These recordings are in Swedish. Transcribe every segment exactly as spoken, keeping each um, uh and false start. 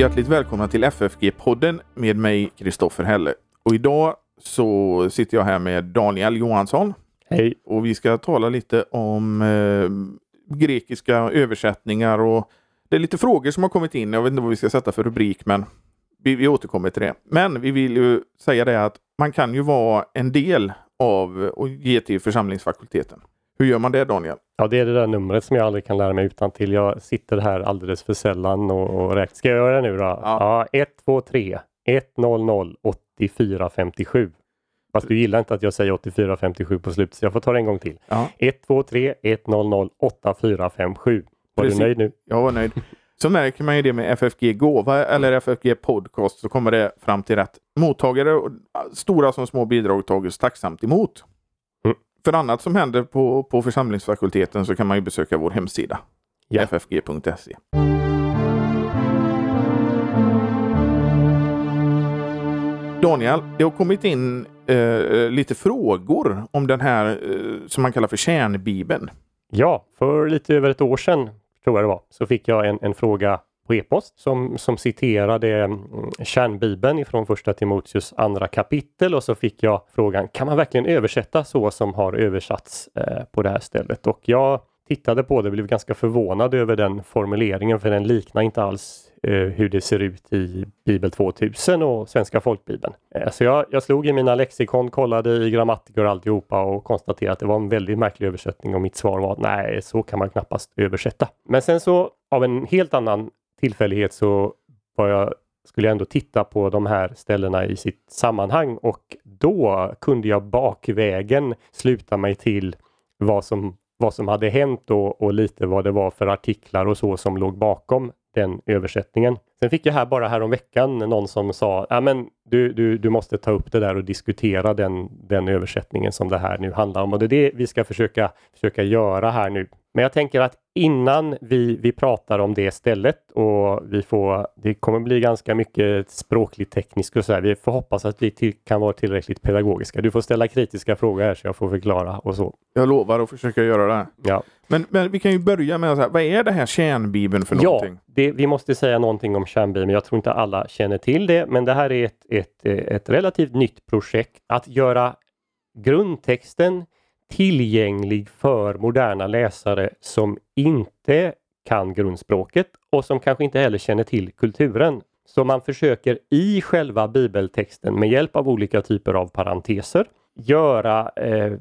Hjärtligt välkomna till F F G-podden med mig, Kristoffer Helle. Och idag så sitter jag här med Daniel Johansson. Hej. Och vi ska tala lite om eh, grekiska översättningar och det är lite frågor som har kommit in. Jag vet inte vad vi ska sätta för rubrik, men vi, vi återkommer till det. Men vi vill ju säga det att man kan ju vara en del av och ge till församlingsfakulteten. Hur gör man det, Daniel? Ja, det är det där numret som jag aldrig kan lära mig utan till. Jag sitter här alldeles för sällan och, och räknar. Ska jag göra det nu då? Ja. Ja, ett två tre ett noll noll åtta fyra fem sju. Fast du gillar inte att jag säger åttiofyra femtiosju på slutet, så jag får ta det en gång till. Ja. ett två tre ett noll noll åtta fyra fem sju. Var Precis. du nöjd nu? Jag var nöjd. Så märker man ju det med F F G Gåva eller F F G Podcast, så kommer det fram till rätt mottagare, och stora som små bidrag tages tacksamt emot. Mm. För annat som händer på, på församlingsfakulteten så kan man ju besöka vår hemsida, Ja. f f g punkt se. Daniel, det har kommit in eh, lite frågor om den här eh, som man kallar för kärnbibeln. Ja, för lite över ett år sedan tror jag det var, så fick jag en, en fråga på e-post som, som citerade mm, kärnbibeln ifrån första Timoteus andra kapitel, och så fick jag frågan, kan man verkligen översätta så som har översatts eh, på det här stället? Och jag tittade på det och blev ganska förvånad över den formuleringen, för den liknar inte alls eh, hur det ser ut i Bibel tvåtusen och Svenska folkbibeln. Eh, så jag, jag slog i mina lexikon, kollade i grammatiker och alltihopa och konstaterade att det var en väldigt märklig översättning, och mitt svar var nej, så kan man knappast översätta. Men sen så av en helt annan tillfällighet så var jag, skulle jag ändå titta på de här ställena i sitt sammanhang, och då kunde jag bakvägen sluta mig till vad som vad som hade hänt och, och lite vad det var för artiklar och så som låg bakom den översättningen. Sen fick jag här bara här om veckan någon som sa, ja men du, du, du måste ta upp det där och diskutera den, den översättningen som det här nu handlar om. Och det är det vi ska försöka, försöka göra här nu. Men jag tänker att innan vi, vi pratar om det stället, och vi får, det kommer bli ganska mycket språkligt tekniskt och så här. Vi får hoppas att vi till, kan vara tillräckligt pedagogiska. Du får ställa kritiska frågor här så jag får förklara och så. Jag lovar att försöka göra det. Ja. Men, men vi kan ju börja med att säga, vad är det här kärnbibeln för någonting? Ja, det, vi måste säga någonting om kärnbibeln. Jag tror inte alla känner till det, men det här är ett, ett, ett relativt nytt projekt att göra grundtexten tillgänglig för moderna läsare som inte kan grundspråket och som kanske inte heller känner till kulturen. Så man försöker i själva bibeltexten med hjälp av olika typer av parenteser göra eh,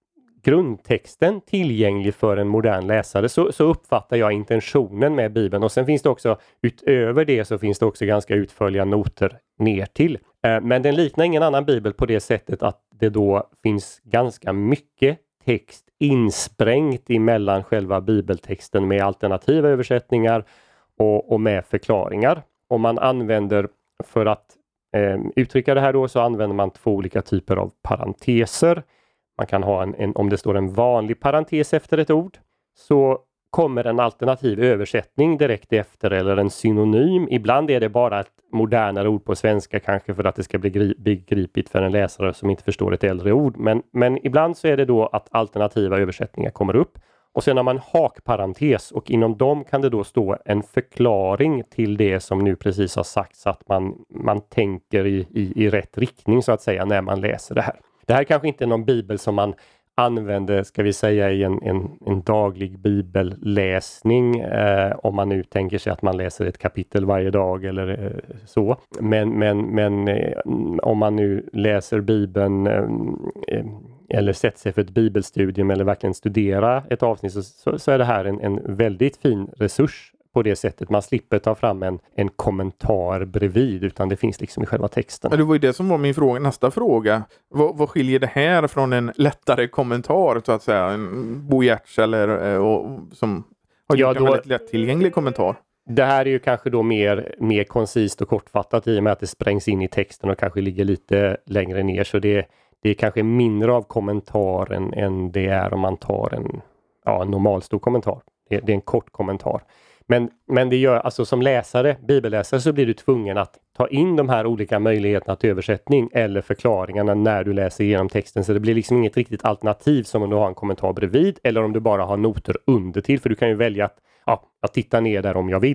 grundtexten tillgänglig för en modern läsare. Så, så uppfattar jag intentionen med Bibeln. Och sen finns det också, utöver det så finns det också ganska utförliga noter ner till. Eh, men den liknar ingen annan bibel på det sättet att det då finns ganska mycket text insprängt emellan själva bibeltexten med alternativa översättningar och, och med förklaringar. Om man använder, för att eh, uttrycka det här då, så använder man två olika typer av parenteser. Man kan ha en, en, om det står en vanlig parentes efter ett ord, så kommer en alternativ översättning direkt efter, eller en synonym. Ibland är det bara ett modernare ord på svenska, kanske för att det ska bli begripligt för en läsare som inte förstår ett äldre ord. Men, men ibland så är det då att alternativa översättningar kommer upp. Och sen har man hakparentes, och inom dem kan det då stå en förklaring till det som nu precis har sagts, så att man, man tänker i, i, i rätt riktning så att säga när man läser det här. Det här kanske inte är någon bibel som man använder, ska vi säga, i en, en, en daglig bibelläsning. Eh, om man nu tänker sig att man läser ett kapitel varje dag eller eh, så. Men, men, men eh, om man nu läser Bibeln eh, eller sätter sig för ett bibelstudium eller verkligen studera ett avsnitt, så, så, så är det här en, en väldigt fin resurs på det sättet. Man slipper ta fram en, en kommentar bredvid, utan det finns liksom i själva texten. Det var ju det som var min fråga, nästa fråga. Vad, vad skiljer det här från en lättare kommentar, så att säga? En Bo Giertz eller och, som har ja, gjort en då, väldigt lättillgänglig kommentar. Det här är ju kanske då mer, mer koncist och kortfattat, i och med att det sprängs in i texten och kanske ligger lite längre ner. Så det, det är kanske mindre av kommentaren än det är om man tar en, ja, en normalstor kommentar. Det, det är en kort kommentar. Men, men det gör, alltså som läsare, bibelläsare, så blir du tvungen att ta in de här olika möjligheterna till översättning eller förklaringarna när du läser igenom texten. Så det blir liksom inget riktigt alternativ som om du har en kommentar bredvid eller om du bara har noter under till. För du kan ju välja att, ja, att titta ner där om jag vill.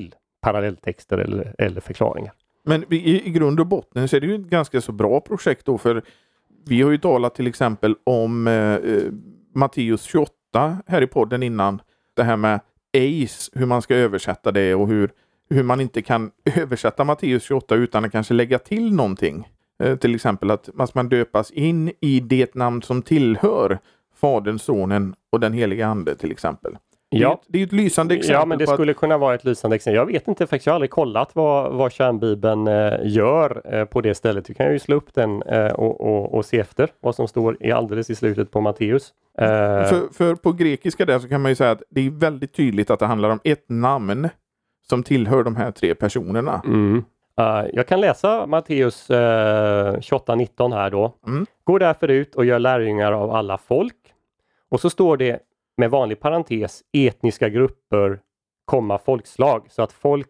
parallelltexter eller, eller förklaringar. Men i, i grund och botten så är det ju ett ganska så bra projekt då, för vi har ju talat till exempel om eh, Matteus tjugoåtta här i podden innan. Det här med eis, hur man ska översätta det och hur, hur man inte kan översätta Matteus tjugoåtta utan att kanske lägga till någonting. Eh, till exempel att man ska döpas in i det namn som tillhör Fadern, Sonen och den heliga Ande till exempel. Ja. Det är ju ett lysande exempel. Ja, men det skulle att... kunna vara ett lysande exempel. Jag vet inte faktiskt, jag har aldrig kollat vad, vad kärnbibeln eh, gör eh, på det stället. Du kan ju slå upp den eh, och, och, och se efter vad som står i alldeles i slutet på Matteus. Eh... För, för på grekiska där så kan man ju säga att det är väldigt tydligt att det handlar om ett namn som tillhör de här tre personerna. Mm. Uh, jag kan läsa Matteus uh, tjugoåtta nitton här då. Mm. Gå därför ut och gör lärjungar av alla folk. Och så står det med vanlig parentes etniska grupper, komma folkslag. Så att folk,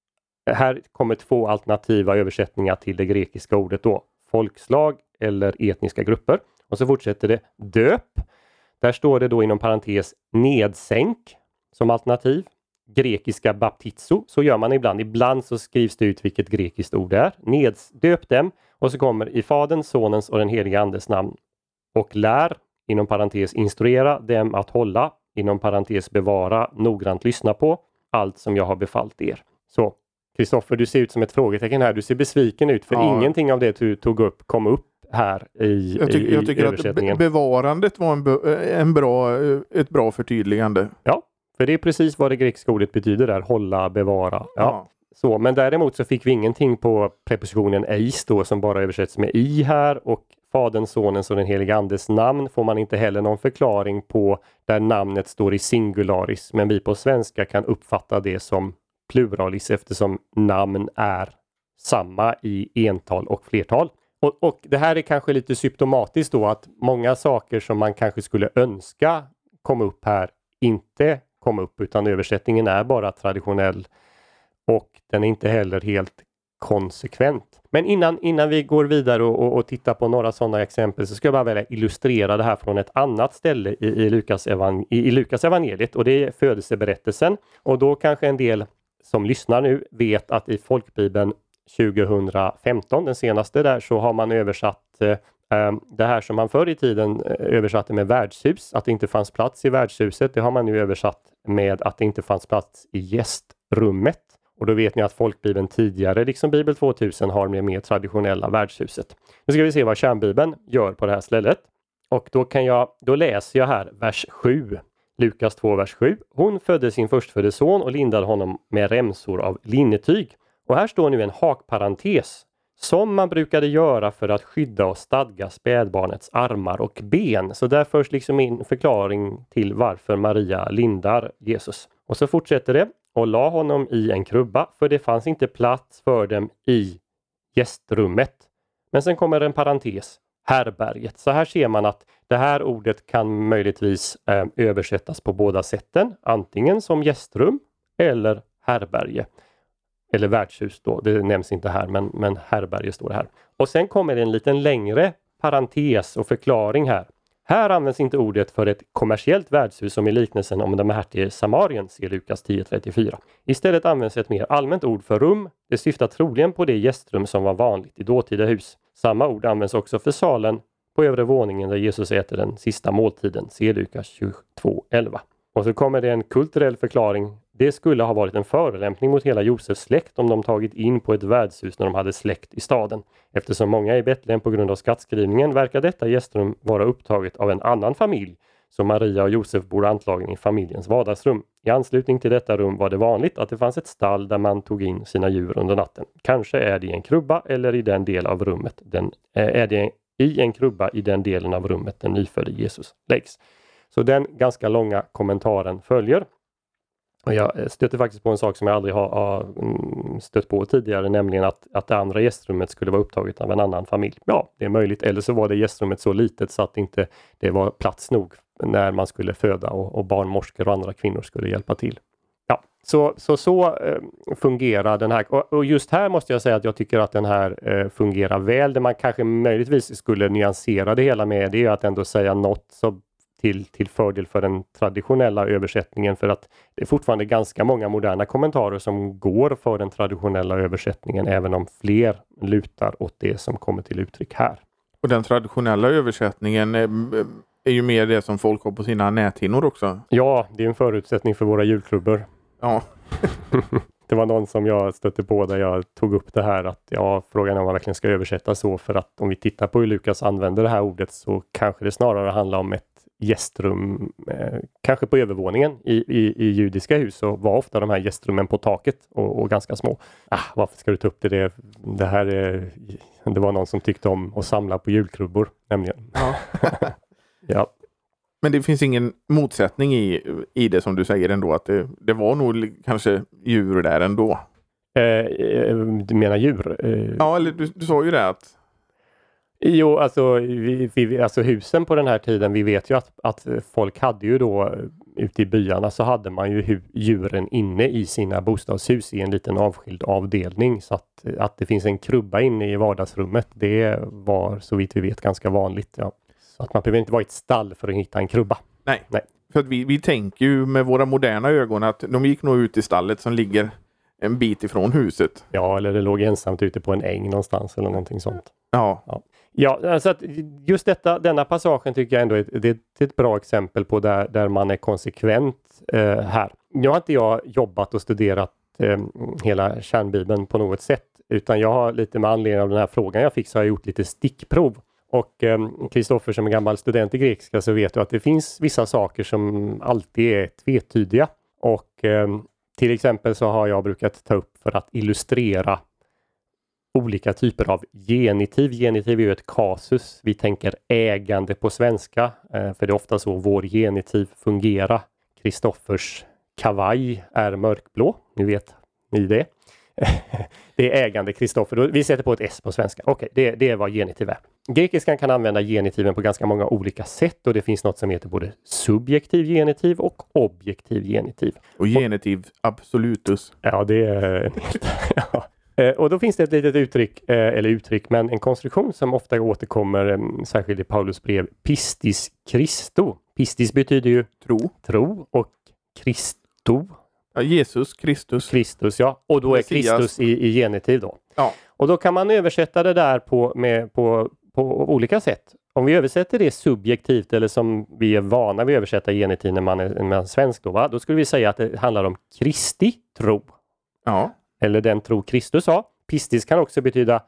här kommer två alternativa översättningar till det grekiska ordet då. Folkslag eller etniska grupper. Och så fortsätter det döp. Där står det då inom parentes nedsänk som alternativ. Grekiska baptizo, så gör man ibland. Ibland så skrivs det ut vilket grekiskt ord det är. Neds, döp dem och så kommer i Faderns, Sonens och den heliga Andes namn. Och lär, inom parentes instruera dem att hålla, inom parentes bevara, noggrant lyssna på allt som jag har befallt er. Så, Kristoffer, du ser ut som ett frågetecken här. Du ser besviken ut för ja. Ingenting av det du tog upp kom upp här i, jag tycker, i, jag tycker i översättningen. Att bevarandet var en, be, en bra, ett bra förtydligande. Ja. För det är precis vad det grekiska ordet betyder där, hålla, bevara. Ja. Ja. Så, men däremot så fick vi ingenting på prepositionen eis då som bara översätts med i här, och Faderns, Sonens och den heliga Andes namn får man inte heller någon förklaring på där namnet står i singularis, men vi på svenska kan uppfatta det som pluralis eftersom namn är samma i ental och flertal. Och, och det här är kanske lite symptomatiskt då att många saker som man kanske skulle önska kom upp här inte kom upp, utan översättningen är bara traditionell och den är inte heller helt konsekvent. Men innan, innan vi går vidare och, och, och tittar på några sådana exempel så ska jag bara vilja illustrera det här från ett annat ställe i, i, Lukas, evan, i, i Lukas evangeliet, och det är födelseberättelsen. Och då kanske en del som lyssnar nu vet att i folkbibeln tjugohundrafemton, den senaste där, så har man översatt eh, det här som man förr i tiden översatte med värdshus, att det inte fanns plats i värdshuset, det har man nu översatt med att det inte fanns plats i gästrummet. Och då vet ni att folkbibeln tidigare, liksom Bibel tvåtusen, har med mer traditionella värdshuset. Nu ska vi se vad kärnbibeln gör på det här stället. Och då kan jag, då läser jag här vers sju. Lukas två, vers sju. Hon födde sin förstfödde son och lindade honom med remsor av linnetyg. Och här står nu en hakparentes. Som man brukade göra för att skydda och stadga spädbarnets armar och ben. Så där förs liksom in förklaring till varför Maria lindar Jesus. Och så fortsätter det. Och la honom i en krubba, för det fanns inte plats för dem i gästrummet. Men sen kommer en parentes. Härberget. Så här ser man att det här ordet kan möjligtvis eh, översättas på båda sätten. Antingen som gästrum eller härberge. Eller värdshus då, det nämns inte här, men, men härberge står det här. Och sen kommer det en liten längre parentes och förklaring här. Här används inte ordet för ett kommersiellt värdshus som i liknelsen om de härtige Samarien, ser Lukas tio trettiofyra. Istället används ett mer allmänt ord för rum. Det syftar troligen på det gästrum som var vanligt i dåtida hus. Samma ord används också för salen på övre våningen där Jesus äter den sista måltiden, ser Lukas tjugotvå elva. Och så kommer det en kulturell förklaring. Det skulle ha varit en förolämpning mot hela Josefs släkt om de tagit in på ett värdshus när de hade släkt i staden. Eftersom många i Betlehem på grund av skattskrivningen verkar detta gästrum vara upptaget av en annan familj, så Maria och Josef borde antagligen i familjens vardagsrum. I anslutning till detta rum var det vanligt att det fanns ett stall där man tog in sina djur under natten. Kanske är det i en krubba eller i den del av rummet den, är det i en krubba i den delen av rummet den nyfödde Jesus läggs. Så den ganska långa kommentaren följer. Och jag stötte faktiskt på en sak som jag aldrig har, har stött på tidigare, nämligen att, att det andra gästrummet skulle vara upptaget av en annan familj. Ja, det är möjligt. Eller så var det gästrummet så litet så att inte det var plats nog när man skulle föda och, och barnmorskor och andra kvinnor skulle hjälpa till. Ja, så så, så eh, fungerar den här. Och, och just här måste jag säga att jag tycker att den här eh, fungerar väl. Det man kanske möjligtvis skulle nyansera det hela med, det är att ändå säga något så till, till fördel för den traditionella översättningen, för att det är fortfarande ganska många moderna kommentarer som går för den traditionella översättningen, även om fler lutar åt det som kommer till uttryck här. Och den traditionella översättningen är, är ju mer det som folk har på sina näthinnor också. Ja, det är en förutsättning för våra julklubbor. Ja. Det var någon som jag stötte på där jag tog upp det här att ja, frågan är om man verkligen ska översätta så, för att om vi tittar på hur Lukas använder det här ordet så kanske det snarare handlar om ett gästrum, eh, kanske på övervåningen. I, i, i judiska hus så var ofta de här gästrummen på taket och, och ganska små. Ah, varför ska du ta upp det? Det, det här är, det var någon som tyckte om att samla på julklubbor, nämligen. Ja. Ja. Men det finns ingen motsättning i, i det som du säger ändå, att det, det var nog kanske djur där ändå. Eh, du menar djur? Eh, ja, eller du, du sa ju det att... Jo, alltså, vi, vi, alltså husen på den här tiden, vi vet ju att, att folk hade ju då ute i byarna så hade man ju hu, djuren inne i sina bostadshus i en liten avskild avdelning, så att, att det finns en krubba inne i vardagsrummet, det var så vitt vi vet ganska vanligt, ja. Så att man behöver inte vara i ett stall för att hitta en krubba. Nej, Nej. För att vi, vi tänker ju med våra moderna ögon att de gick nog ut i stallet som ligger en bit ifrån huset. Ja, eller det låg ensamt ute på en äng någonstans eller någonting sånt. Ja. Ja, ja, så att just detta, denna passagen tycker jag ändå är, det är ett bra exempel på där, där man är konsekvent eh, här. Nu har inte jag jobbat och studerat eh, hela kärnbibeln på något sätt, utan jag har lite med anledning av den här frågan jag fick så har jag gjort lite stickprov. Och Kristoffer, eh, som är gammal student i grekiska, så vet du att det finns vissa saker som alltid är tvetydiga. Och eh, till exempel så har jag brukat ta upp för att illustrera olika typer av genitiv. Genitiv är ju ett kasus. Vi tänker ägande på svenska, eh, för det är ofta så vår genitiv fungerar. Kristoffers kavaj är mörkblå, ni vet ni det. Det är ägande Kristoffer. Vi sätter på ett S på svenska. Okej, det, det är vad genitiv är. Grekiskan kan använda genitiven på ganska många olika sätt, och det finns något som heter både subjektiv genitiv och objektiv genitiv. Och genitiv absolutus. Ja, det är... ja. Och då finns det ett litet uttryck, eller uttryck, men en konstruktion som ofta återkommer, särskilt i Paulus brev, pistis Christo. Pistis betyder ju tro, tro och Christo. Ja, Jesus, Kristus. Kristus, ja. Och då Messias. Är Kristus i, i genitiv då. Ja. Och då kan man översätta det där på, med, på, på olika sätt. Om vi översätter det subjektivt, eller som vi är vana vid att översätta genitiv när man är, när man är svensk då, va? Då skulle vi säga att det handlar om Kristi tro. Ja. Eller den tro Kristus har. Pistis kan också betyda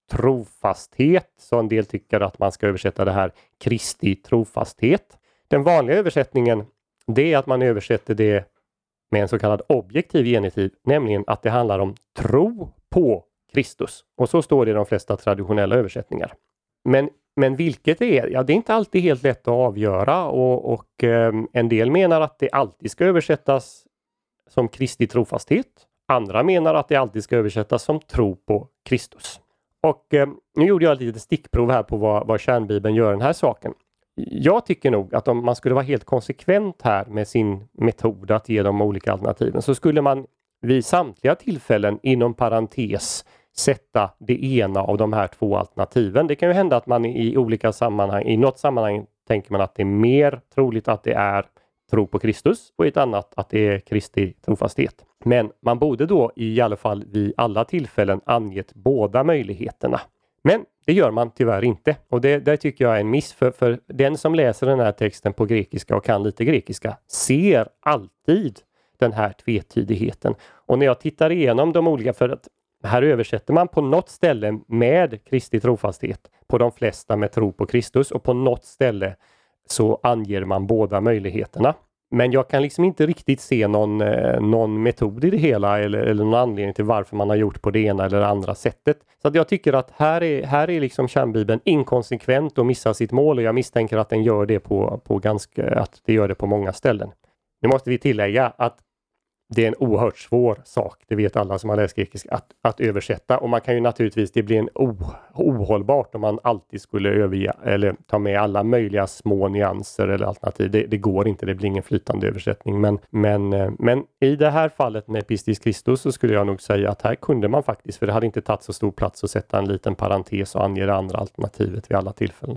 trofasthet. Så en del tycker att man ska översätta det här Kristi trofasthet. Den vanliga översättningen, det är att man översätter det med en så kallad objektiv genitiv, nämligen att det handlar om tro på Kristus. Och så står det i de flesta traditionella översättningar. Men, men vilket det är, ja, det är inte alltid helt lätt att avgöra, och, och eh, en del menar att det alltid ska översättas som Kristi trofasthet. Andra menar att det alltid ska översättas som tro på Kristus. Och eh, nu gjorde jag ett litet stickprov här på vad, vad kärnbibeln gör den här saken. Jag tycker nog att om man skulle vara helt konsekvent här med sin metod att ge de olika alternativen, så skulle man vid samtliga tillfällen inom parentes sätta det ena av de här två alternativen. Det kan ju hända att man i olika sammanhang, i något sammanhang tänker man att det är mer troligt att det är tro på Kristus, och i ett annat att det är Kristi trofasthet. Men man borde då i alla fall vid alla tillfällen angett båda möjligheterna. Men det gör man tyvärr inte. Och det, det tycker jag är en miss. För, för den som läser den här texten på grekiska och kan lite grekiska ser alltid den här tvetydigheten. Och när jag tittar igenom de olika, för att här översätter man på något ställe med Kristi trofasthet, på de flesta med tro på Kristus, och på något ställe så anger man båda möjligheterna. Men jag kan liksom inte riktigt se någon, eh, någon metod i det hela, eller, eller någon anledning till varför man har gjort på det ena eller andra sättet. Så att jag tycker att här är, här är liksom kärnbibeln inkonsekvent och missar sitt mål, och jag misstänker att den gör det på, på ganska, att det gör det på många ställen. Nu måste vi tillägga att det är en oerhört svår sak, det vet alla som har läst grekiska, att, att översätta. Och man kan ju naturligtvis, det blir en oh, ohållbart om man alltid skulle överge, eller ta med alla möjliga små nyanser eller alternativ. Det, det går inte, det blir ingen flytande översättning. Men, men, men i det här fallet med Pistis Christus så skulle jag nog säga att här kunde man faktiskt, för det hade inte tagit så stor plats att sätta en liten parentes och ange det andra alternativet vid alla tillfällen.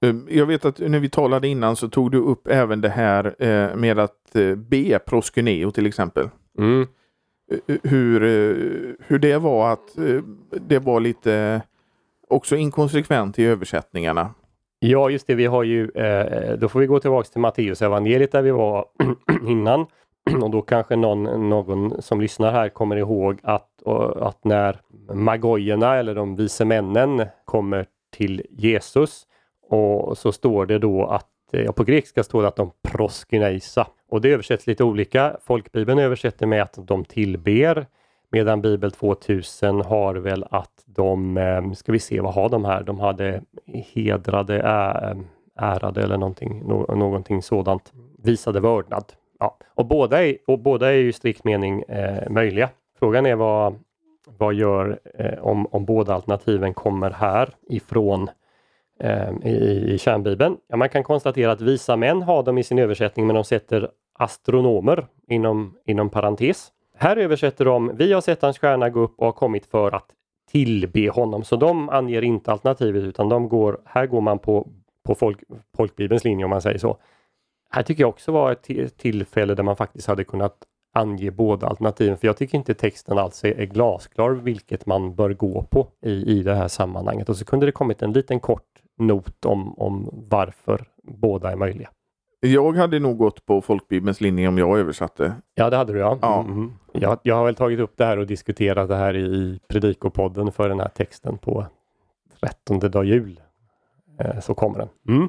Jag vet att när vi talade innan så tog du upp även det här med att be proskuneo till exempel. Mm. Hur, hur det var att det var lite också inkonsekvent i översättningarna. Ja, just det. Vi har ju, då får vi gå tillbaka till Matteus evangeliet där vi var innan. Och då kanske någon, någon som lyssnar här kommer ihåg att, att när magojorna eller de vise männen kommer till Jesus, och så står det då att, ja, på grekiska står det att de proskyneisa. Och det översätts lite olika. Folkbibeln översätter med att de tillber, medan Bibel tvåtusen har väl att de, ska vi se, vad har de här? De hade hedrade, ärade eller någonting, någonting sådant, visade vördnad. Ja. Och, båda är, och båda är ju strikt mening eh, möjliga. Frågan är vad, vad gör eh, om, om båda alternativen kommer här ifrån eh, i, i kärnbibeln. Ja, man kan konstatera att visa män har de i sin översättning, men de sätter astronomer inom, inom parentes. Här översätter de, vi har sett hans stjärna gå upp och har kommit för att tillbe honom. Så de anger inte alternativet, utan de går, här går man på, på folk, folkbibelns linje, om man säger så. Här tycker jag också var ett tillfälle där man faktiskt hade kunnat ange båda alternativen. För jag tycker inte texten alls är glasklar vilket man bör gå på i, i det här sammanhanget. Och så kunde det kommit en liten kort not om, om varför båda är möjliga. Jag hade nog gått på folkbibelns linje om jag översatte. Ja, det hade du, ja. ja. Mm. Jag, jag har väl tagit upp det här och diskuterat det här i Predikopodden för den här texten på trettonde dag jul. Eh, så kommer den. Mm.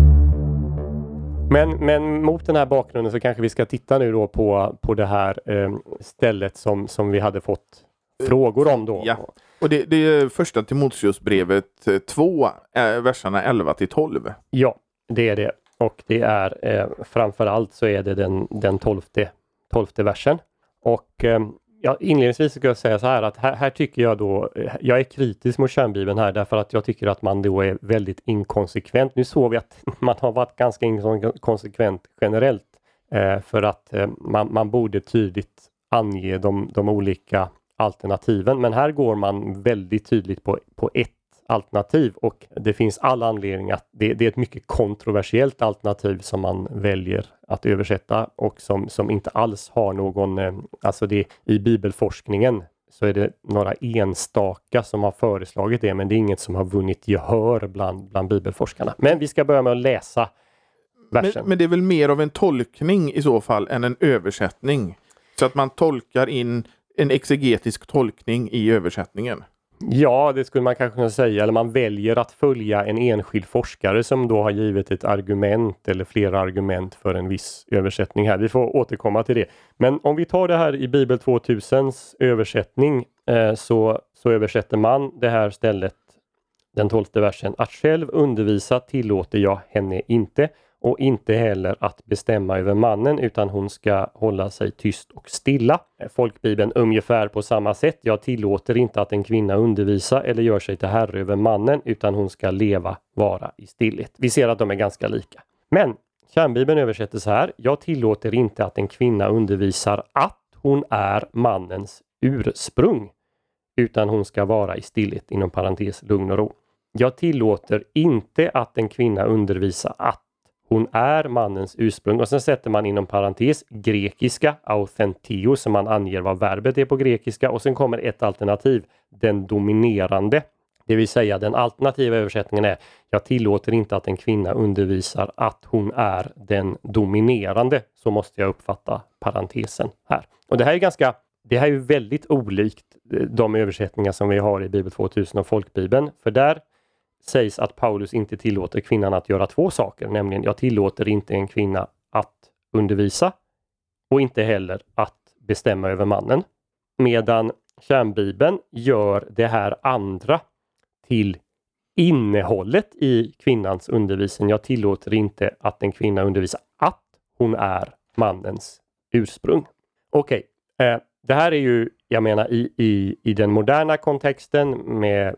Men, men mot den här bakgrunden så kanske vi ska titta nu då på, på det här eh, stället som, som vi hade fått frågor om då. Ja, och det, det är första Timoteusbrevet två, äh, verserna elva till tolv. Ja, det är det. Och det är eh, framförallt så är det den, den tolfte, tolfte versen. Och eh, ja, inledningsvis ska jag säga så här att här, här tycker jag då, jag är kritisk mot kärnbibeln här därför att jag tycker att man då är väldigt inkonsekvent. Nu såg vi att man har varit ganska inkonsekvent generellt eh, för att eh, man, man borde tydligt ange de, de olika alternativen. Men här går man väldigt tydligt på, på ett alternativ, och det finns all anledning att det, det är ett mycket kontroversiellt alternativ som man väljer att översätta och som, som inte alls har någon, eh, alltså det i bibelforskningen så är det några enstaka som har föreslagit det, men det är inget som har vunnit gehör bland, bland bibelforskarna. Men vi ska börja med att läsa versen. Men, men det är väl mer av en tolkning i så fall än en översättning, så att man tolkar in en exegetisk tolkning i översättningen. Ja, det skulle man kanske kunna säga. Eller man väljer att följa en enskild forskare som då har givit ett argument eller flera argument för en viss översättning här. Vi får återkomma till det. Men om vi tar det här i Bibel tvåtusens översättning eh, så, så översätter man det här stället, den tolfte versen. Att själv undervisa tillåter jag henne inte, och inte heller att bestämma över mannen, utan hon ska hålla sig tyst och stilla. Folkbibeln ungefär på samma sätt. Jag tillåter inte att en kvinna undervisa eller gör sig till herre över mannen, utan hon ska leva, vara i stillhet. Vi ser att de är ganska lika. Men kärnbibeln översätter så här. Jag tillåter inte att en kvinna undervisar att hon är mannens ursprung, utan hon ska vara i stillhet, inom parentes lugn och ro. Jag tillåter inte att en kvinna undervisar att hon är mannens ursprung, och sen sätter man inom parentes grekiska authentio, som man anger vad verbet är på grekiska, och sen kommer ett alternativ, den dominerande. Det vill säga den alternativa översättningen är jag tillåter inte att en kvinna undervisar att hon är den dominerande. Så måste jag uppfatta parentesen här. Och det här är ganska, det här är ju väldigt olikt de översättningar som vi har i Bibel tvåtusen och folkbibeln, för där sägs att Paulus inte tillåter kvinnan att göra två saker, nämligen jag tillåter inte en kvinna att undervisa och inte heller att bestämma över mannen. Medan kärnbibeln gör det här andra till innehållet i kvinnans undervisning. Jag tillåter inte att en kvinna undervisar att hon är mannens ursprung. Okej, okay. eh, det här är ju, jag menar i, i, i den moderna kontexten med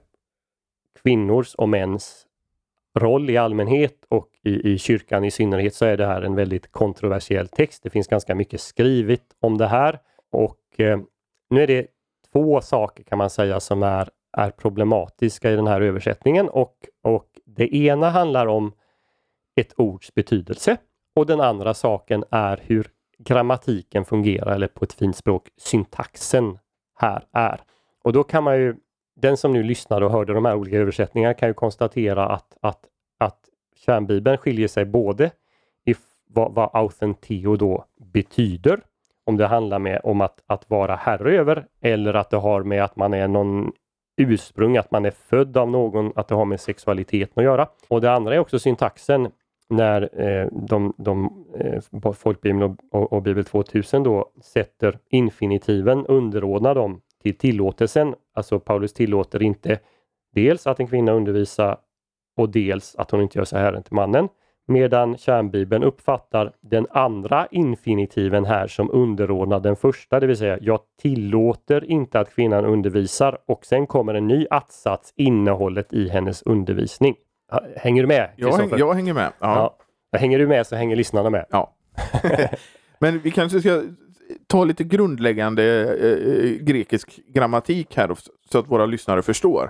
kvinnors och mäns roll i allmänhet och i, i kyrkan i synnerhet, så är det här en väldigt kontroversiell text. Det finns ganska mycket skrivet om det här, och eh, nu är det två saker kan man säga som är, är problematiska i den här översättningen, och, och det ena handlar om ett ords betydelse. Och den andra saken är hur grammatiken fungerar, eller på ett fint språk syntaxen här är. Och då kan man ju, den som nu lyssnar och hörde de här olika översättningarna kan ju konstatera att, att, att kärnbibeln skiljer sig både i vad, vad authenteo då betyder, om det handlar med om att, att vara herre över, eller att det har med att man är någon ursprung, att man är född av någon, att det har med sexualiteten att göra. Och det andra är också syntaxen, när eh, de, de eh, folkbibeln och, och, och Bibel tvåtusen då sätter infinitiven, underordnar dem till tillåtelsen. Alltså Paulus tillåter inte dels att en kvinna undervisar och dels att hon inte gör så här till mannen. Medan kärnbibeln uppfattar den andra infinitiven här som underordnad den första, det vill säga jag tillåter inte att kvinnan undervisar, och sen kommer en ny attsats, innehållet i hennes undervisning. Hänger du med? Jag, häng, jag hänger med. Ja. Ja. Hänger du med så hänger lyssnarna med. Ja. Men vi kanske ska ta lite grundläggande eh, grekisk grammatik här så att våra lyssnare förstår.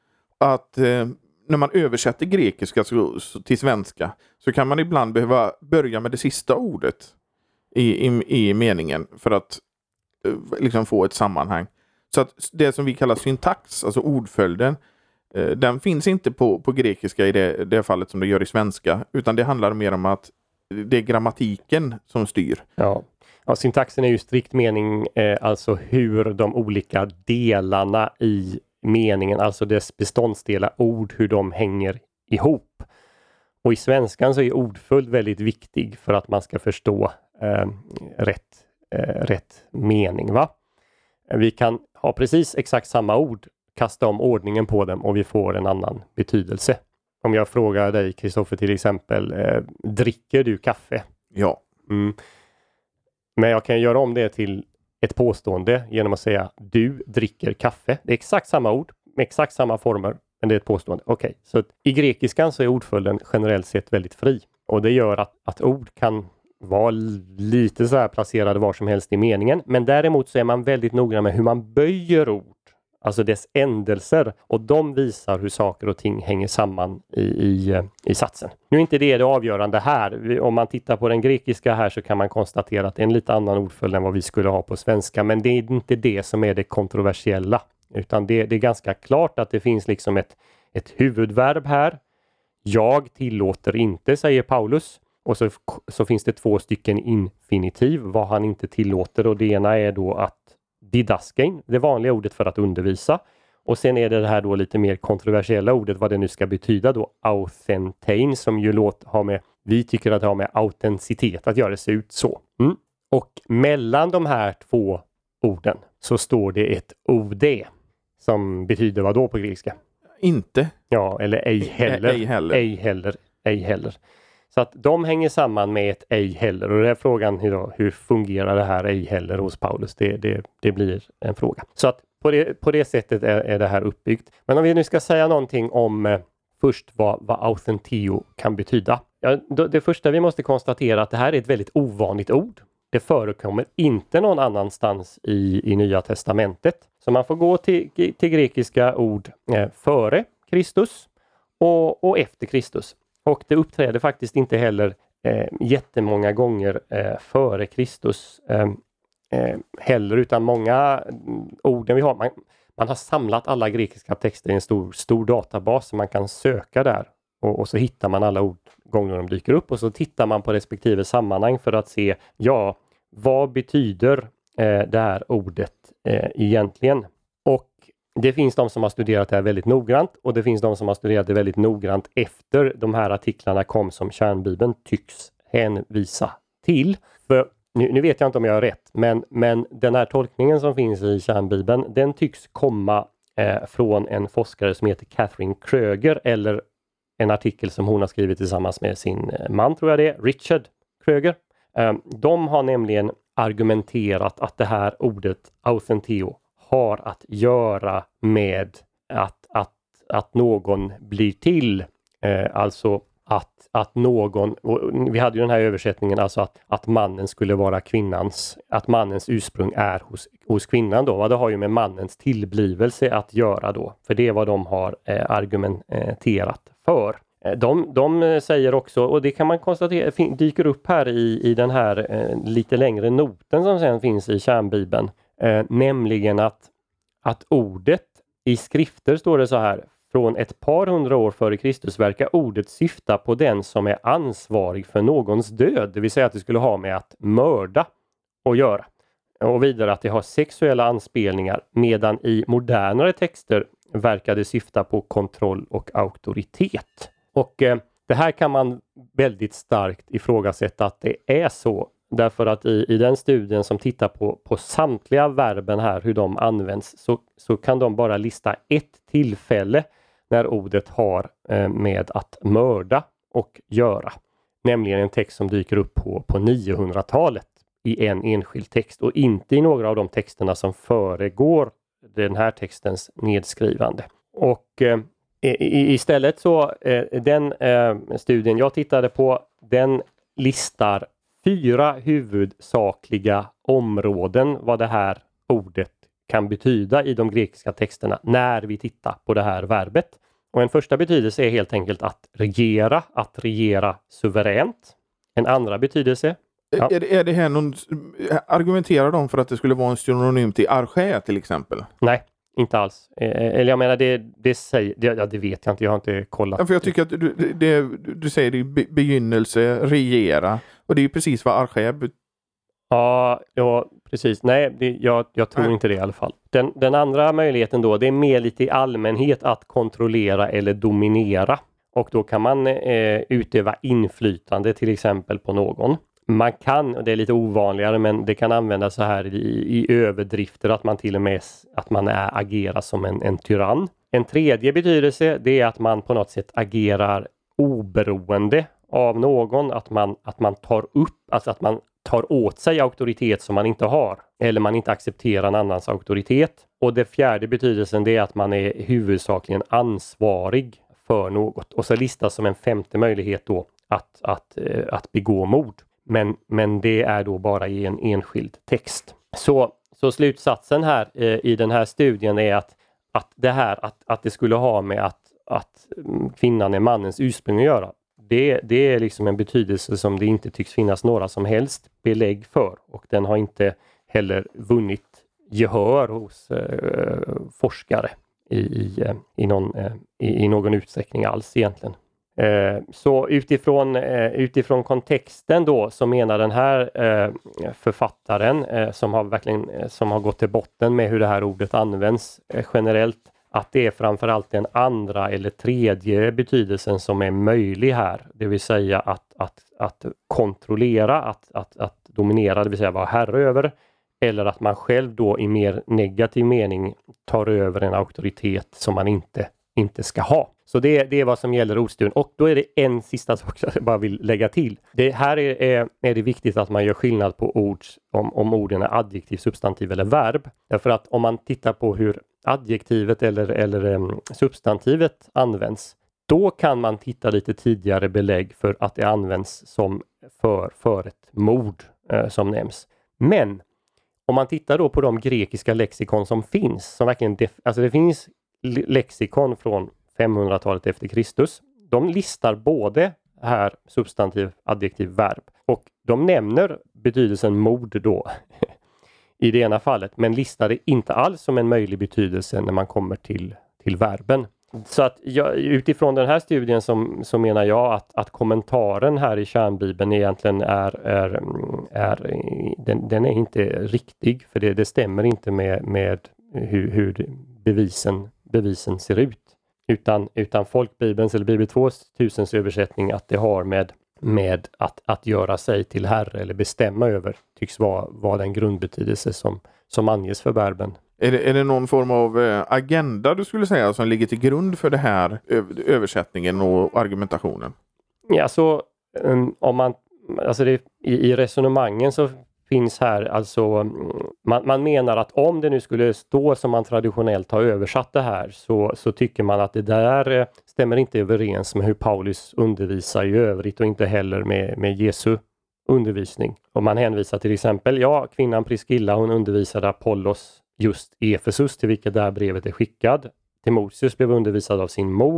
Att eh, när man översätter grekiska så, så, till svenska så kan man ibland behöva börja med det sista ordet i, i, i meningen för att eh, liksom få ett sammanhang. Så att det som vi kallar syntax, alltså ordföljden, den finns inte på, på grekiska i det, det fallet som det gör i svenska, utan det handlar mer om att det är grammatiken som styr. Ja, ja syntaxen är ju strikt mening, eh, alltså hur de olika delarna i meningen, alltså dess beståndsdelar, ord, hur de hänger ihop. Och i svenskan så är ordföljd väldigt viktig för att man ska förstå eh, rätt, eh, rätt mening. Va? Vi kan ha precis exakt samma ord, kasta om ordningen på dem och vi får en annan betydelse. Om jag frågar dig, Kristoffer, till exempel, eh, dricker du kaffe? Ja. Mm. Men jag kan göra om det till ett påstående genom att säga du dricker kaffe. Det är exakt samma ord med exakt samma former, men det är ett påstående. Okej, okay. Så i grekiskan så är ordföljden generellt sett väldigt fri. Och det gör att, att ord kan vara lite så här placerade var som helst i meningen. Men däremot så är man väldigt noggrann med hur man böjer ord. Alltså dess ändelser, och de visar hur saker och ting hänger samman i, i, i satsen. Nu är inte det det avgörande här. Om man tittar på den grekiska här så kan man konstatera att det är en lite annan ordföljd än vad vi skulle ha på svenska. Men det är inte det som är det kontroversiella. Utan det, det är ganska klart att det finns liksom ett, ett huvudverb här. Jag tillåter inte, säger Paulus. Och så, så finns det två stycken infinitiv, vad han inte tillåter. Och det ena är då att didaskein, det vanliga ordet för att undervisa. Och sen är det det här då lite mer kontroversiella ordet, vad det nu ska betyda då, authentane, som ju låt, har med, vi tycker att det har med autenticitet att göra, det ser ut så. Mm. Och mellan de här två orden så står det ett od, som betyder vad då på grekiska? Inte. Ja, eller ej heller. Ej heller. Ej heller. Ej heller. Så att de hänger samman med ett ej heller. Och det är frågan hur, hur fungerar det här ej heller hos Paulus? Det, det, det blir en fråga. Så att på det, på det sättet är, är det här uppbyggt. Men om vi nu ska säga någonting om eh, först vad, vad authenteo kan betyda. Ja, då, det första vi måste konstatera att det här är ett väldigt ovanligt ord. Det förekommer inte någon annanstans i, i Nya Testamentet. Så man får gå till, till grekiska ord eh, före Kristus och, och efter Kristus. Och det uppträder faktiskt inte heller eh, jättemånga gånger eh, före Kristus eh, eh, heller, utan många orden vi har, man, man har samlat alla grekiska texter i en stor, stor databas som man kan söka där. Och, och så hittar man alla ord gånger de dyker upp, och så tittar man på respektive sammanhang för att se, ja, vad betyder eh, det här ordet eh, egentligen? Och det finns de som har studerat det här väldigt noggrant, och det finns de som har studerat det väldigt noggrant efter de här artiklarna kom som kärnbibeln tycks hänvisa till. För nu, nu vet jag inte om jag har rätt, men, men den här tolkningen som finns i kärnbibeln, den tycks komma eh, från en forskare som heter Catherine Kröger, eller en artikel som hon har skrivit tillsammans med sin man, tror jag det är, Richard Kröger. Eh, de har nämligen argumenterat att det här ordet authenteo har att göra med att, att, att någon blir till. Eh, alltså att, att någon, och vi hade ju den här översättningen, alltså att, att mannen skulle vara kvinnans, att mannens ursprung är hos, hos kvinnan då. Och det har ju med mannens tillblivelse att göra då. För det är vad de har eh, argumenterat för. De, de säger också, och det kan man konstatera fin, dyker upp här i, i den här eh, lite längre noten som sen finns i kärnbibeln. Eh, nämligen att, att ordet i skrifter står det så här: från ett par hundra år före Kristus verkar ordet syfta på den som är ansvarig för någons död. Det vill säga att det skulle ha med att mörda att göra. Och vidare att det har sexuella anspelningar, medan i modernare texter verkar det syfta på kontroll och auktoritet. Och eh, det här kan man väldigt starkt ifrågasätta att det är så. Därför att i, i den studien som tittar på, på samtliga verben här, hur de används, så, så kan de bara lista ett tillfälle när ordet har eh, med att mörda och göra. Nämligen en text som dyker upp på, på niohundratalet i en enskild text och inte i några av de texterna som föregår den här textens nedskrivande. Och eh, i, istället så, eh, den eh, studien jag tittade på, den listar fyra huvudsakliga områden vad det här ordet kan betyda i de grekiska texterna när vi tittar på det här verbet. Och en första betydelse är helt enkelt att regera, att regera suveränt. En andra betydelse. Ja. Är, det, är det här någon, argumenterar de för att det skulle vara en synonym till arché till exempel? Nej, inte alls. Eller jag menar, det, det säger, det, ja, det vet jag inte, jag har inte kollat. Ja, för jag tycker att du, det, du säger det är begynnelse, regera, och det är ju precis vad arché betyder. Ja, ja, precis. Nej, det, jag, jag tror Nej. inte det i alla fall. Den, den andra möjligheten då, det är mer lite i allmänhet att kontrollera eller dominera. Och då kan man eh, utöva inflytande till exempel på någon. Man kan, och det är lite ovanligare, men det kan användas så här i, i överdrifter att man till och med att man är, agerar som en, en tyrann. En tredje betydelse, det är att man på något sätt agerar oberoende av någon, att man, att man tar upp, alltså att man tar åt sig auktoritet som man inte har, eller man inte accepterar en annans auktoritet. Och det fjärde betydelsen, det är att man är huvudsakligen ansvarig för något. Och så listas som en femte möjlighet då att, att, att begå mord. Men, men det är då bara i en enskild text. Så, så slutsatsen här eh, i den här studien är att, att det här att, att det skulle ha med att, att kvinnan är mannens ursprung att göra. Det, det är liksom en betydelse som det inte tycks finnas några som helst belägg för. Och den har inte heller vunnit gehör hos eh, forskare i, i, i, någon, eh, i, i någon utsträckning alls egentligen. Eh, så utifrån, eh, utifrån kontexten då så menar den här eh, författaren eh, som har verkligen eh, som har gått till botten med hur det här ordet används eh, generellt, att det är framförallt den andra eller tredje betydelsen som är möjlig här. Det vill säga att, att, att kontrollera, att, att, att dominera, det vill säga vara herre över. Eller att man själv då i mer negativ mening tar över en auktoritet som man inte, inte ska ha. Så det, det är vad som gäller ordstudien. Och då är det en sista sak jag bara vill lägga till. Det här är, är, är det viktigt att man gör skillnad på ord om, om orden är adjektiv, substantiv eller verb. Därför att om man tittar på hur adjektivet eller, eller um, substantivet används, då kan man titta lite tidigare belägg för att det används som för, för ett mord uh, som nämns. Men om man tittar då på de grekiska lexikon som finns, som verkligen def- alltså det finns lexikon från femhundratalet efter Kristus. De listar både här substantiv, adjektiv, verb. Och de nämner betydelsen mord då i det ena fallet. Men listar det inte alls som en möjlig betydelse när man kommer till, till verben. Så att jag, utifrån den här studien som, så menar jag att, att kommentaren här i kärnbibeln egentligen är, är, är den, den är inte riktig. För det, det stämmer inte med, med hur, hur bevisen, bevisen ser ut. Utan, utan folkbibelns eller Bibel tvåtusens översättning att det har med, med att, att göra sig till herre eller bestämma över tycks vara, vara den grundbetydelse som, som anges för verben. Är det, är det någon form av agenda du skulle säga som ligger till grund för det här översättningen och argumentationen? Ja, så um, om man, alltså det, i, i resonemangen så finns här alltså, man, man menar att om det nu skulle stå som man traditionellt har översatt det här så, så tycker man att det där eh, stämmer inte överens med hur Paulus undervisar i övrigt och inte heller med, med Jesu undervisning. Om man hänvisar till exempel, ja, kvinnan Priscilla, hon undervisade Apollos just Efesus till vilket det här brevet är skickad. Timoteus blev undervisad av sin mor.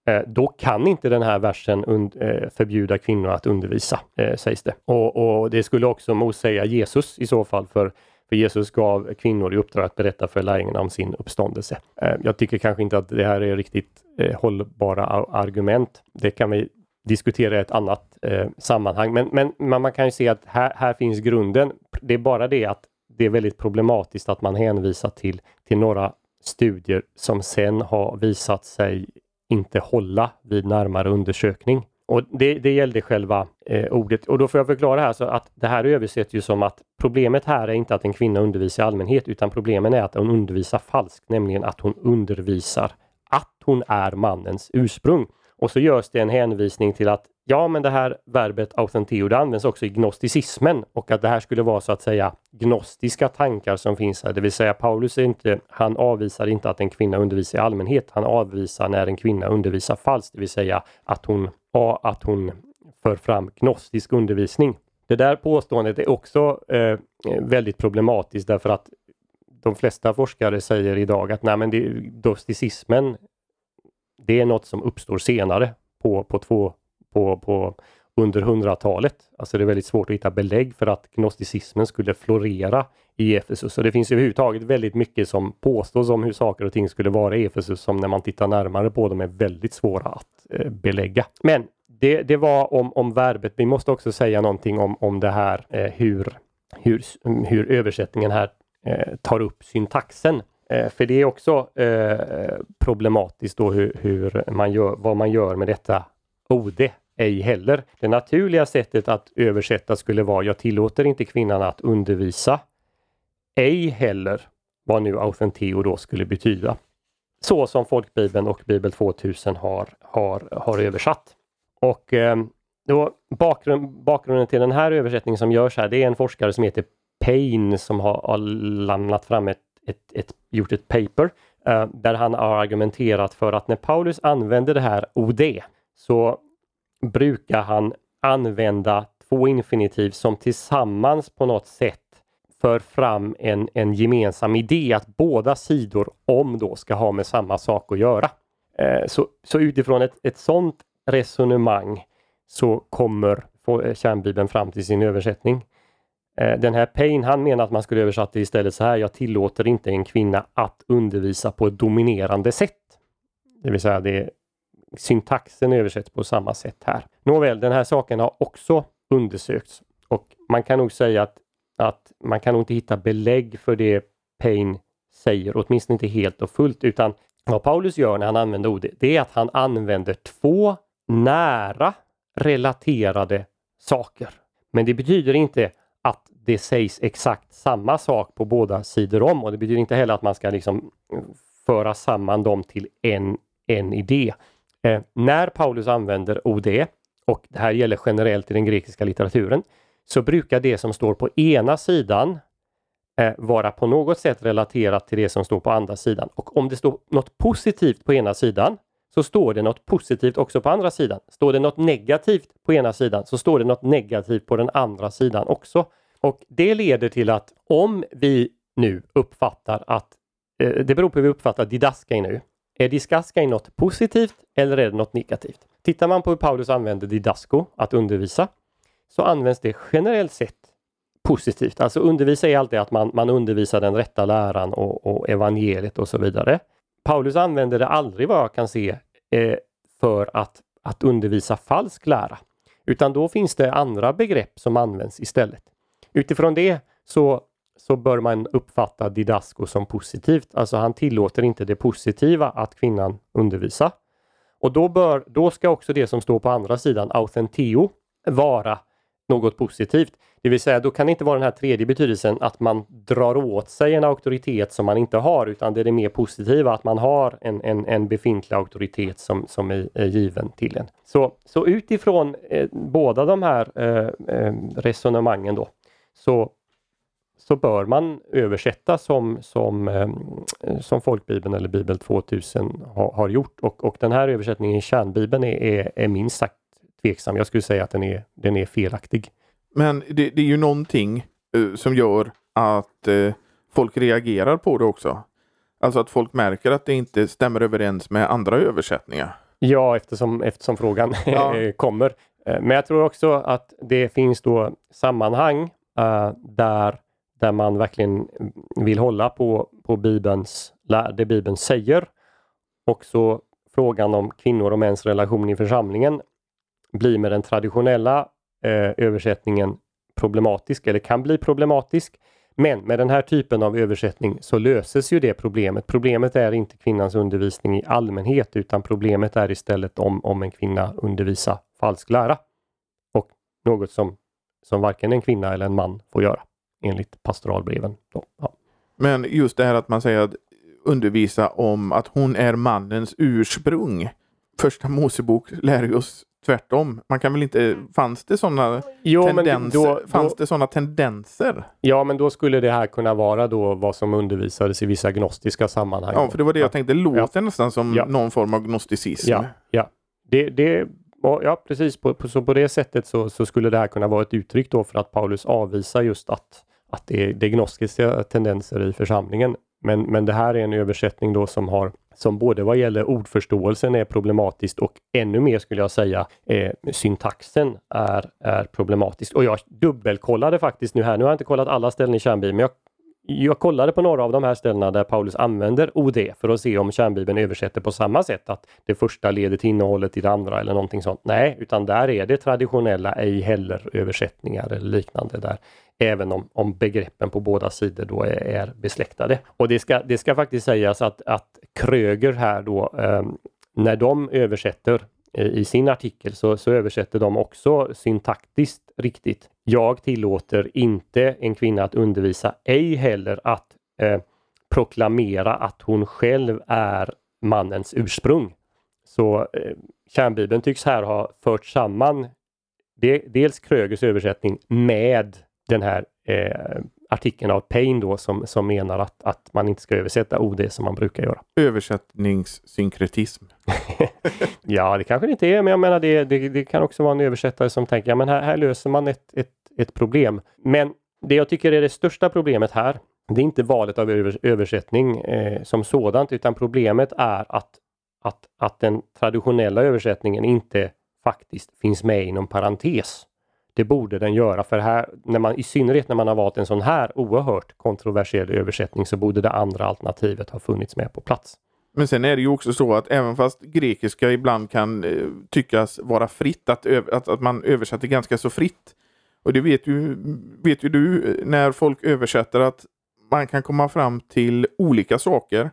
eh, då kan inte den här versen und- eh, förbjuda kvinnor att undervisa, eh, sägs det. Och, och det skulle också motsäga Jesus i så fall, för För Jesus gav kvinnor i uppdrag att berätta för lärjungarna om sin uppståndelse. Eh, jag tycker kanske inte att det här är riktigt eh, hållbara argument. Det kan vi diskutera i ett annat eh, sammanhang. Men, men, men man kan ju se att här, här finns grunden. Det är bara det att det är väldigt problematiskt att man hänvisar till, till några studier som sen har visat sig inte hålla vid närmare undersökning. Och det, det gällde själva eh, ordet. Och då får jag förklara här så att det här översätts ju som att problemet här är inte att en kvinna undervisar i allmänhet, utan problemet är att hon undervisar falskt, nämligen att hon undervisar att hon är mannens ursprung. Och så görs det en hänvisning till att ja, men det här verbet authenteo, det används också i gnosticismen, och att det här skulle vara så att säga gnostiska tankar som finns här. Det vill säga Paulus är inte, han avvisar inte att en kvinna undervisar i allmänhet, han avvisar när en kvinna undervisar falskt, det vill säga att hon, ja, att hon för fram gnostisk undervisning. Det där påståendet är också eh, väldigt problematiskt, därför att de flesta forskare säger idag att nej, men det, gnosticismen, det är något som uppstår senare på, på två På, på under hundratalet. Alltså det är väldigt svårt att hitta belägg för att gnosticismen skulle florera i Efesus. Så det finns överhuvudtaget väldigt mycket som påstås om hur saker och ting skulle vara i Efesus, som när man tittar närmare på dem är väldigt svåra att eh, belägga. Men det, det var om, om verbet. Vi måste också säga någonting om, om det här eh, hur, hur, hur översättningen här eh, tar upp syntaxen. Eh, för det är också eh, problematiskt då hur, hur man gör, vad man gör med detta ode. Ej heller. Det naturliga sättet att översätta skulle vara: jag tillåter inte kvinnan att undervisa. Ej heller, vad nu authenteo då skulle betyda. Så som Folkbibeln och Bibel tvåtusen har, har, har översatt. Och eh, då bakgrund, bakgrunden till den här översättningen som görs här, det är en forskare som heter Payne som har, har lämnat fram ett, ett, ett, gjort ett paper eh, där han har argumenterat för att när Paulus använder det här ode, så brukar han använda två infinitiv som tillsammans på något sätt för fram en, en gemensam idé att båda sidor om då ska ha med samma sak att göra. Eh, så, så utifrån ett, ett sådant resonemang så kommer Kärnbibeln fram till sin översättning. Eh, den här Payne, han menar att man skulle översätta det istället så här: jag tillåter inte en kvinna att undervisa på ett dominerande sätt. Det vill säga det syntaxen översätts på samma sätt här. Nåväl, den här saken har också undersökts, och man kan nog säga att, att man kan nog inte hitta belägg för det Payne säger, åtminstone inte helt och fullt, utan vad Paulus gör när han använder ordet, det är att han använder två nära relaterade saker. Men det betyder inte att det sägs exakt samma sak på båda sidor om, och det betyder inte heller att man ska liksom föra samman dem till en, en idé. Eh, när Paulus använder ode, och det här gäller generellt i den grekiska litteraturen, så brukar det som står på ena sidan eh, vara på något sätt relaterat till det som står på andra sidan. Och om det står något positivt på ena sidan, så står det något positivt också på andra sidan. Står det något negativt på ena sidan, så står det något negativt på den andra sidan också. Och det leder till att om vi nu uppfattar att, eh, det beror på hur vi uppfattar didaskai nu. Är didaskai något positivt eller är det något negativt? Tittar man på hur Paulus använder didasko, att undervisa, så används det generellt sett positivt. Alltså undervisa är alltid att man, man undervisar den rätta läran och, och evangeliet och så vidare. Paulus använder det aldrig, vad jag kan se, eh, för att, att undervisa falsk lära. Utan då finns det andra begrepp som används istället. Utifrån det så, så bör man uppfatta didasko som positivt. Alltså han tillåter inte det positiva att kvinnan undervisa. Och då, bör, då ska också det som står på andra sidan, authenteo, vara något positivt. Det vill säga, då kan det inte vara den här tredje betydelsen att man drar åt sig en auktoritet som man inte har, utan det är det mer positiva att man har en, en, en befintlig auktoritet som, som är, är given till en. Så, så utifrån eh, båda de här eh, eh, resonemangen då, så, så bör man översätta som, som, eh, som Folkbibeln eller Bibel tvåtusen ha, har gjort. Och, och den här översättningen i Kärnbibeln är, är, är minst sagt tveksam. Jag skulle säga att den är, den är felaktig. Men det, det är ju någonting uh, som gör att uh, folk reagerar på det också. Alltså att folk märker att det inte stämmer överens med andra översättningar. Ja, eftersom, eftersom frågan ja. kommer. Men jag tror också att det finns då sammanhang uh, där, där man verkligen vill hålla på, på Bibelns, det Bibeln säger. Också frågan om kvinnor och mäns relation i församlingen blir med den traditionella uh, översättningen problematisk eller kan bli problematisk. Men med den här typen av översättning så löses ju det problemet. Problemet är inte kvinnans undervisning i allmänhet utan problemet är istället om, om en kvinna undervisar falsk lära. Och något som, som varken en kvinna eller en man får göra enligt pastoralbreven. Då, ja. Men just det här att man säger att undervisa om att hon är mannens ursprung. Första Mosebok lär ju oss tvärtom. Man kan väl inte, fanns det sådana tendenser? Då, då, fanns det sådana tendenser? Ja, men då skulle det här kunna vara då vad som undervisades i vissa gnostiska sammanhang. Ja, för det var det jag tänkte. Det låter ja. nästan som ja. någon form av gnosticism. Ja, ja. Det, det, ja precis. På, på, så på det sättet så, så skulle det här kunna vara ett uttryck då för att Paulus avvisar just att, att det, det är gnostiska tendenser i församlingen. Men, men det här är en översättning då som har som både vad gäller ordförståelsen är problematiskt och ännu mer skulle jag säga eh, syntaxen är, är problematisk. Och jag dubbelkollade faktiskt nu här. Nu har jag inte kollat alla ställen i kärnbibeln, men jag, jag kollade på några av de här ställena där Paulus använder O D för att se om kärnbibeln översätter på samma sätt att det första leder till innehållet i det andra eller någonting sånt. Nej, utan där är det traditionella ej heller översättningar eller liknande där. Även om, om begreppen på båda sidor då är, är besläktade. Och det ska, det ska faktiskt sägas att, att Kröger här då, eh, när de översätter eh, i sin artikel så, så översätter de också syntaktiskt riktigt. Jag tillåter inte en kvinna att undervisa, ej heller att eh, proklamera att hon själv är mannens ursprung. Så eh, kärnbibeln tycks här ha fört samman det, dels Krögers översättning med den här eh, artikeln av Payne då som, som menar att, att man inte ska översätta O D som man brukar göra. Översättningssynkretism. Ja, det kanske det inte är, men jag menar det, det, det kan också vara en översättare som tänker, ja men här, här löser man ett, ett, ett problem. Men det jag tycker är det största problemet här, det är inte valet av övers, översättning eh, som sådant, utan problemet är att, att, att den traditionella översättningen inte faktiskt finns med inom parentes. Det borde den göra, för här, när man, i synnerhet när man har valt en sån här oerhört kontroversiell översättning så borde det andra alternativet ha funnits med på plats. Men sen är det ju också så att även fast grekiska ibland kan eh, tyckas vara fritt, att, att, att man översätter ganska så fritt. Och det vet ju, vet ju du när folk översätter att man kan komma fram till olika saker,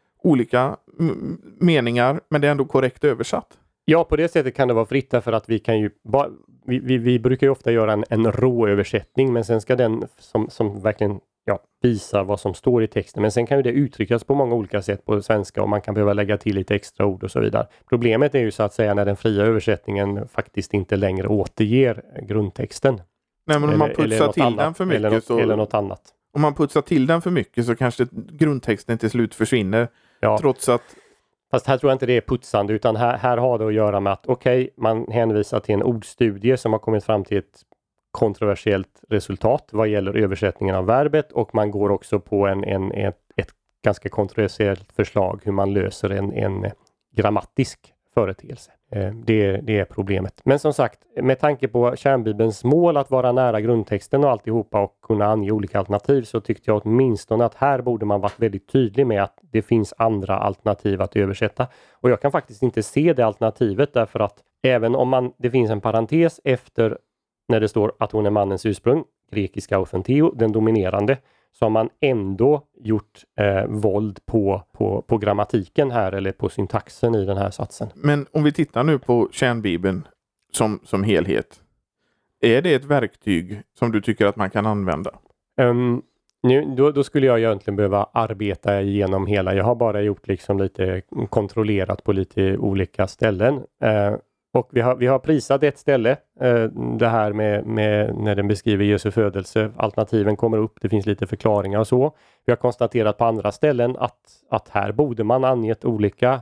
olika m- meningar, men det är ändå korrekt översatt. Ja, på det sättet kan det vara fritt därför att vi kan ju ba, vi, vi, vi brukar ju ofta göra en, en rå översättning, men sen ska den som, som verkligen ja, visar vad som står i texten, men sen kan ju det uttryckas på många olika sätt på svenska och man kan behöva lägga till lite extra ord och så vidare. Problemet är ju så att säga när den fria översättningen faktiskt inte längre återger grundtexten. Nej, men om man putsar till annat, den för mycket eller något, så, eller något annat. Om man putsar till den för mycket så kanske grundtexten till slut försvinner, ja. Trots att Fast här tror jag inte det är putsande, utan här, här har det att göra med att okej, okay, man hänvisar till en ordstudie som har kommit fram till ett kontroversiellt resultat vad gäller översättningen av verbet, och man går också på en, en, ett, ett ganska kontroversiellt förslag hur man löser en, en grammatisk företeelse. Det, det är problemet. Men som sagt, med tanke på kärnbibelns mål att vara nära grundtexten och alltihopa och kunna ange olika alternativ, så tyckte jag åtminstone att här borde man varit väldigt tydlig med att det finns andra alternativ att översätta. Och jag kan faktiskt inte se det alternativet, därför att även om man, det finns en parentes efter när det står att hon är mannens ursprung, grekiska authenteo, den dominerande, så har man ändå gjort eh, våld på, på, på grammatiken här, eller på syntaxen i den här satsen. Men om vi tittar nu på kärnbibeln som, som helhet, är det ett verktyg som du tycker att man kan använda? Um, nu, då, då skulle jag egentligen behöva arbeta igenom hela. Jag har bara gjort liksom lite kontrollerat på lite olika ställen. Uh, Och vi har, vi har prisat ett ställe, eh, det här med, med när den beskriver Jesu födelse. Alternativen kommer upp, det finns lite förklaringar och så. Vi har konstaterat på andra ställen att, att här borde man angett olika.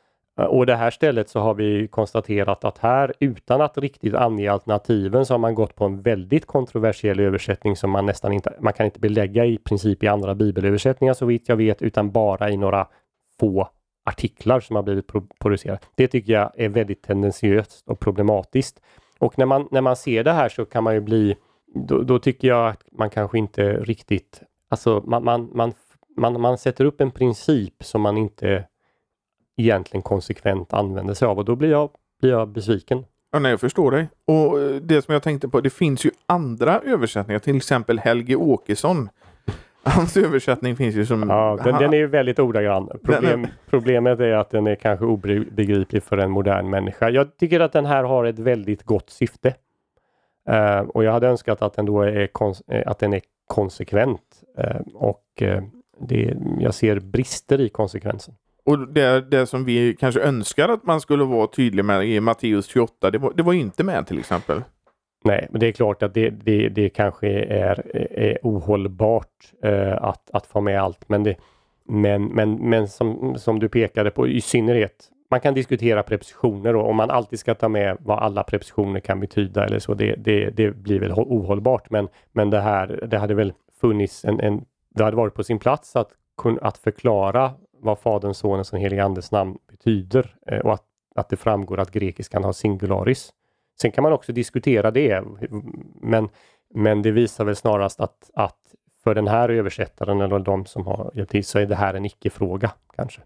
Och det här stället så har vi konstaterat att här, utan att riktigt ange alternativen, så har man gått på en väldigt kontroversiell översättning som man nästan inte, man kan inte belägga i princip i andra bibelöversättningar så vitt jag vet, utan bara i några få artiklar som har blivit pro- producerade. Det tycker jag är väldigt tendensiöst och problematiskt. Och när man, när man ser det här så kan man ju bli, då, då tycker jag att man kanske inte riktigt, alltså man, man, man, man, man sätter upp en princip som man inte egentligen konsekvent använder sig av, och då blir jag, blir jag besviken. Ja, nej, jag förstår dig. Och det som jag tänkte på, det finns ju andra översättningar, till exempel Helge Åkesson. Hans översättning finns ju som... Ja, den, den är ju väldigt ordagrann. Problem, är... Problemet är att den är kanske obegriplig för en modern människa. Jag tycker att den här har ett väldigt gott syfte. Uh, och jag hade önskat att den då är, kons- att den är konsekvent. Uh, och uh, det, jag ser brister i konsekvensen. Och det, det som vi kanske önskar att man skulle vara tydlig med i Matteus tjugoåtta, det var, det var inte med till exempel. Nej, men det är klart att det, det, det kanske är, är ohållbart eh, att, att få med allt. Men, det, men, men, men som, som du pekade på, i synnerhet, man kan diskutera prepositioner och om man alltid ska ta med vad alla prepositioner kan betyda eller så, det, det, det blir väl ohållbart. Men, men det här, det hade väl funnits en, en, det hade varit på sin plats att, att förklara vad Faderns, Sonens och Helige Andes namn betyder eh, och att, att det framgår att grekiskan har singularis. Sen kan man också diskutera det, men, men det visar väl snarast att, att för den här översättaren eller de som har hjälpt till så är det här en icke-fråga kanske.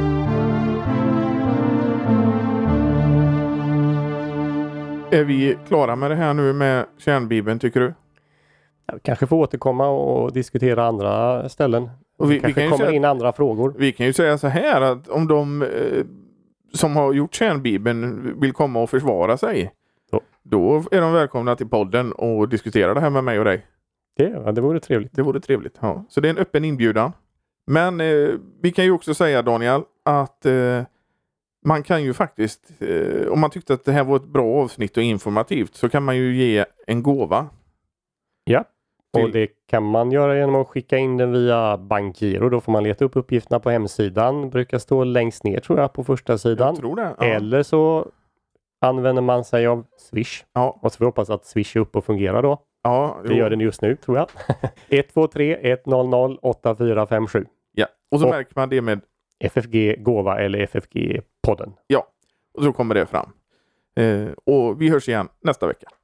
Är vi klara med det här nu med kärnbibeln, tycker du? Ja, vi kanske får återkomma och diskutera andra ställen. Och vi, det kanske vi kan kommer säga, in andra frågor. Vi kan ju säga så här att om de eh, som har gjort kärnbibeln vill komma och försvara sig, då. då är de välkomna till podden och diskutera det här med mig och dig. Det, ja, det vore trevligt. Det vore trevligt, ja. Så det är en öppen inbjudan. Men eh, vi kan ju också säga, Daniel, att eh, man kan ju faktiskt, eh, om man tyckte att det här var ett bra avsnitt och informativt, så kan man ju ge en gåva. Ja, till... och det kan man göra genom att skicka in den via BankGiro. Då får man leta upp uppgifterna på hemsidan. Brukar stå längst ner, tror jag, på första sidan. Jag tror det, ja. Eller så använder man sig av Swish. Ja. Och så får vi hoppas att Swish är uppe och fungerar då. Ja, det gör den just nu, tror jag. ett två tre ett noll noll åtta fyra fem sju. Ja, och så och märker man det med F F G Gåva eller F F G-podden. Ja, och så kommer det fram. Eh, och vi hörs igen nästa vecka.